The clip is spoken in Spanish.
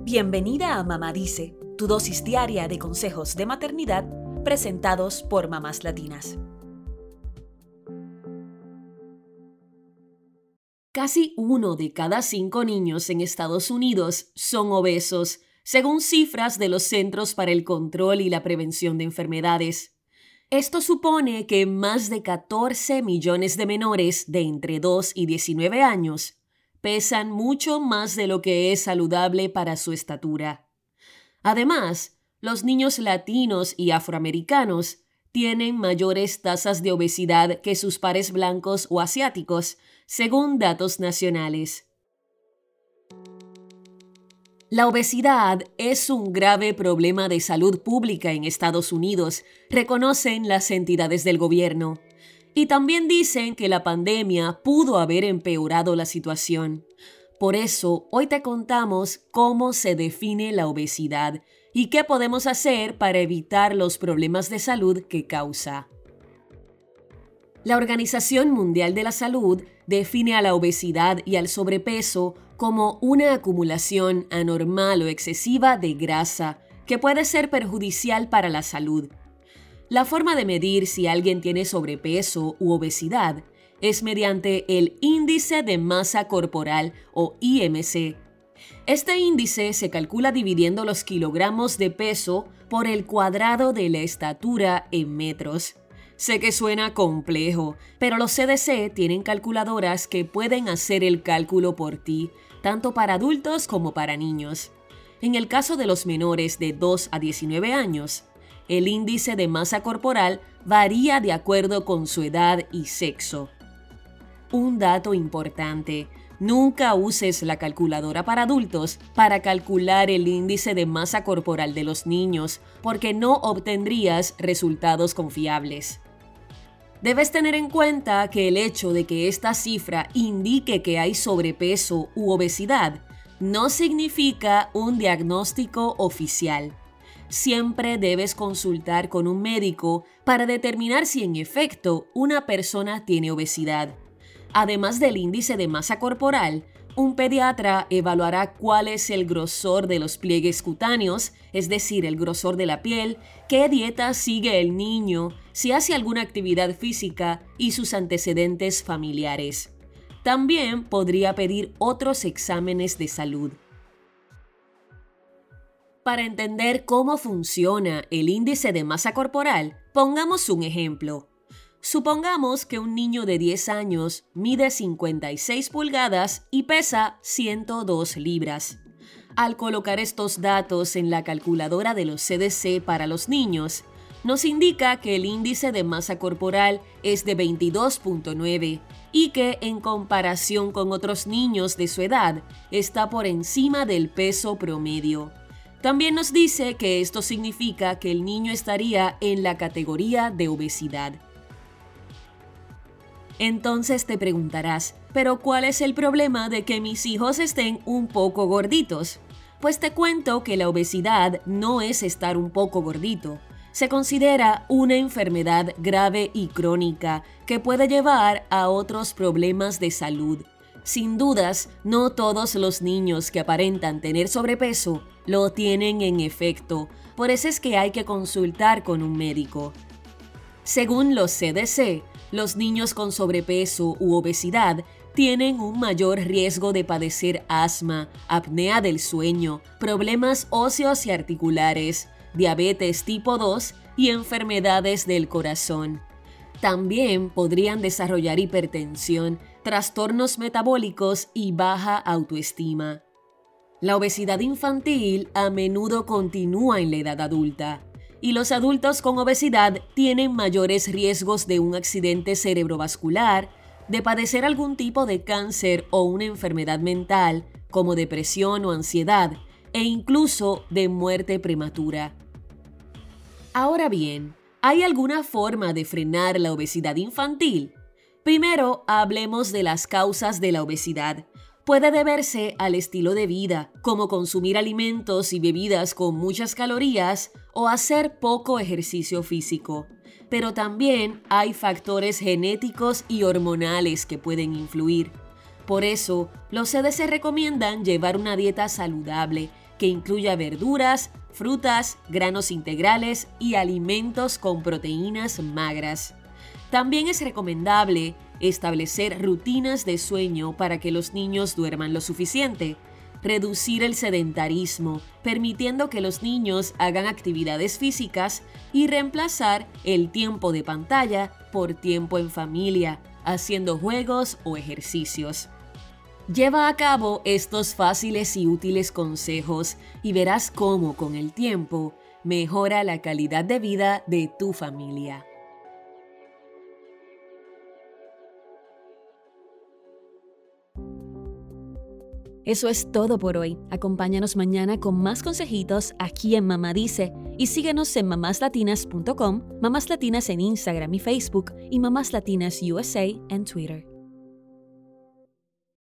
Bienvenida a Mamá Dice, tu dosis diaria de consejos de maternidad presentados por mamás latinas. Casi 1 de cada 5 niños en Estados Unidos son obesos, según cifras de los Centros para el Control y la Prevención de Enfermedades. Esto supone que más de 14 millones de menores de entre 2 y 19 años pesan mucho más de lo que es saludable para su estatura. Además, los niños latinos y afroamericanos tienen mayores tasas de obesidad que sus pares blancos o asiáticos, según datos nacionales. La obesidad es un grave problema de salud pública en Estados Unidos, reconocen las entidades del gobierno. Y también dicen que la pandemia pudo haber empeorado la situación. Por eso, hoy te contamos cómo se define la obesidad y qué podemos hacer para evitar los problemas de salud que causa. La Organización Mundial de la Salud define a la obesidad y al sobrepeso como una acumulación anormal o excesiva de grasa que puede ser perjudicial para la salud. La forma de medir si alguien tiene sobrepeso u obesidad es mediante el índice de masa corporal o IMC. Este índice se calcula dividiendo los kilogramos de peso por el cuadrado de la estatura en metros. Sé que suena complejo, pero los CDC tienen calculadoras que pueden hacer el cálculo por ti, tanto para adultos como para niños. En el caso de los menores de 2 a 19 años, el índice de masa corporal varía de acuerdo con su edad y sexo. Un dato importante: nunca uses la calculadora para adultos para calcular el índice de masa corporal de los niños, porque no obtendrías resultados confiables. Debes tener en cuenta que el hecho de que esta cifra indique que hay sobrepeso u obesidad no significa un diagnóstico oficial. Siempre debes consultar con un médico para determinar si en efecto una persona tiene obesidad. Además del índice de masa corporal, un pediatra evaluará cuál es el grosor de los pliegues cutáneos, es decir, el grosor de la piel, qué dieta sigue el niño, si hace alguna actividad física y sus antecedentes familiares. También podría pedir otros exámenes de salud. Para entender cómo funciona el índice de masa corporal, pongamos un ejemplo. Supongamos que un niño de 10 años mide 56 pulgadas y pesa 102 libras. Al colocar estos datos en la calculadora de los CDC para los niños, nos indica que el índice de masa corporal es de 22.9 y que en comparación con otros niños de su edad está por encima del peso promedio. También nos dice que esto significa que el niño estaría en la categoría de obesidad. Entonces te preguntarás, ¿pero cuál es el problema de que mis hijos estén un poco gorditos? Pues te cuento que la obesidad no es estar un poco gordito. Se considera una enfermedad grave y crónica que puede llevar a otros problemas de salud. Sin dudas, no todos los niños que aparentan tener sobrepeso lo tienen en efecto, por eso es que hay que consultar con un médico. Según los CDC, los niños con sobrepeso u obesidad tienen un mayor riesgo de padecer asma, apnea del sueño, problemas óseos y articulares, diabetes tipo 2 y enfermedades del corazón. También podrían desarrollar hipertensión, trastornos metabólicos y baja autoestima. La obesidad infantil a menudo continúa en la edad adulta, y los adultos con obesidad tienen mayores riesgos de un accidente cerebrovascular, de padecer algún tipo de cáncer o una enfermedad mental, como depresión o ansiedad, e incluso de muerte prematura. Ahora bien, ¿hay alguna forma de frenar la obesidad infantil? Primero, hablemos de las causas de la obesidad. Puede deberse al estilo de vida, como consumir alimentos y bebidas con muchas calorías o hacer poco ejercicio físico. Pero también hay factores genéticos y hormonales que pueden influir. Por eso, los CDC recomiendan llevar una dieta saludable que incluya verduras, frutas, granos integrales y alimentos con proteínas magras. También es recomendable establecer rutinas de sueño para que los niños duerman lo suficiente. Reducir el sedentarismo, permitiendo que los niños hagan actividades físicas y reemplazar el tiempo de pantalla por tiempo en familia, haciendo juegos o ejercicios. Lleva a cabo estos fáciles y útiles consejos y verás cómo con el tiempo mejora la calidad de vida de tu familia. Eso es todo por hoy. Acompáñanos mañana con más consejitos aquí en Mamá Dice y síguenos en mamáslatinas.com, Mamás Latinas en Instagram y Facebook y Mamás Latinas USA en Twitter.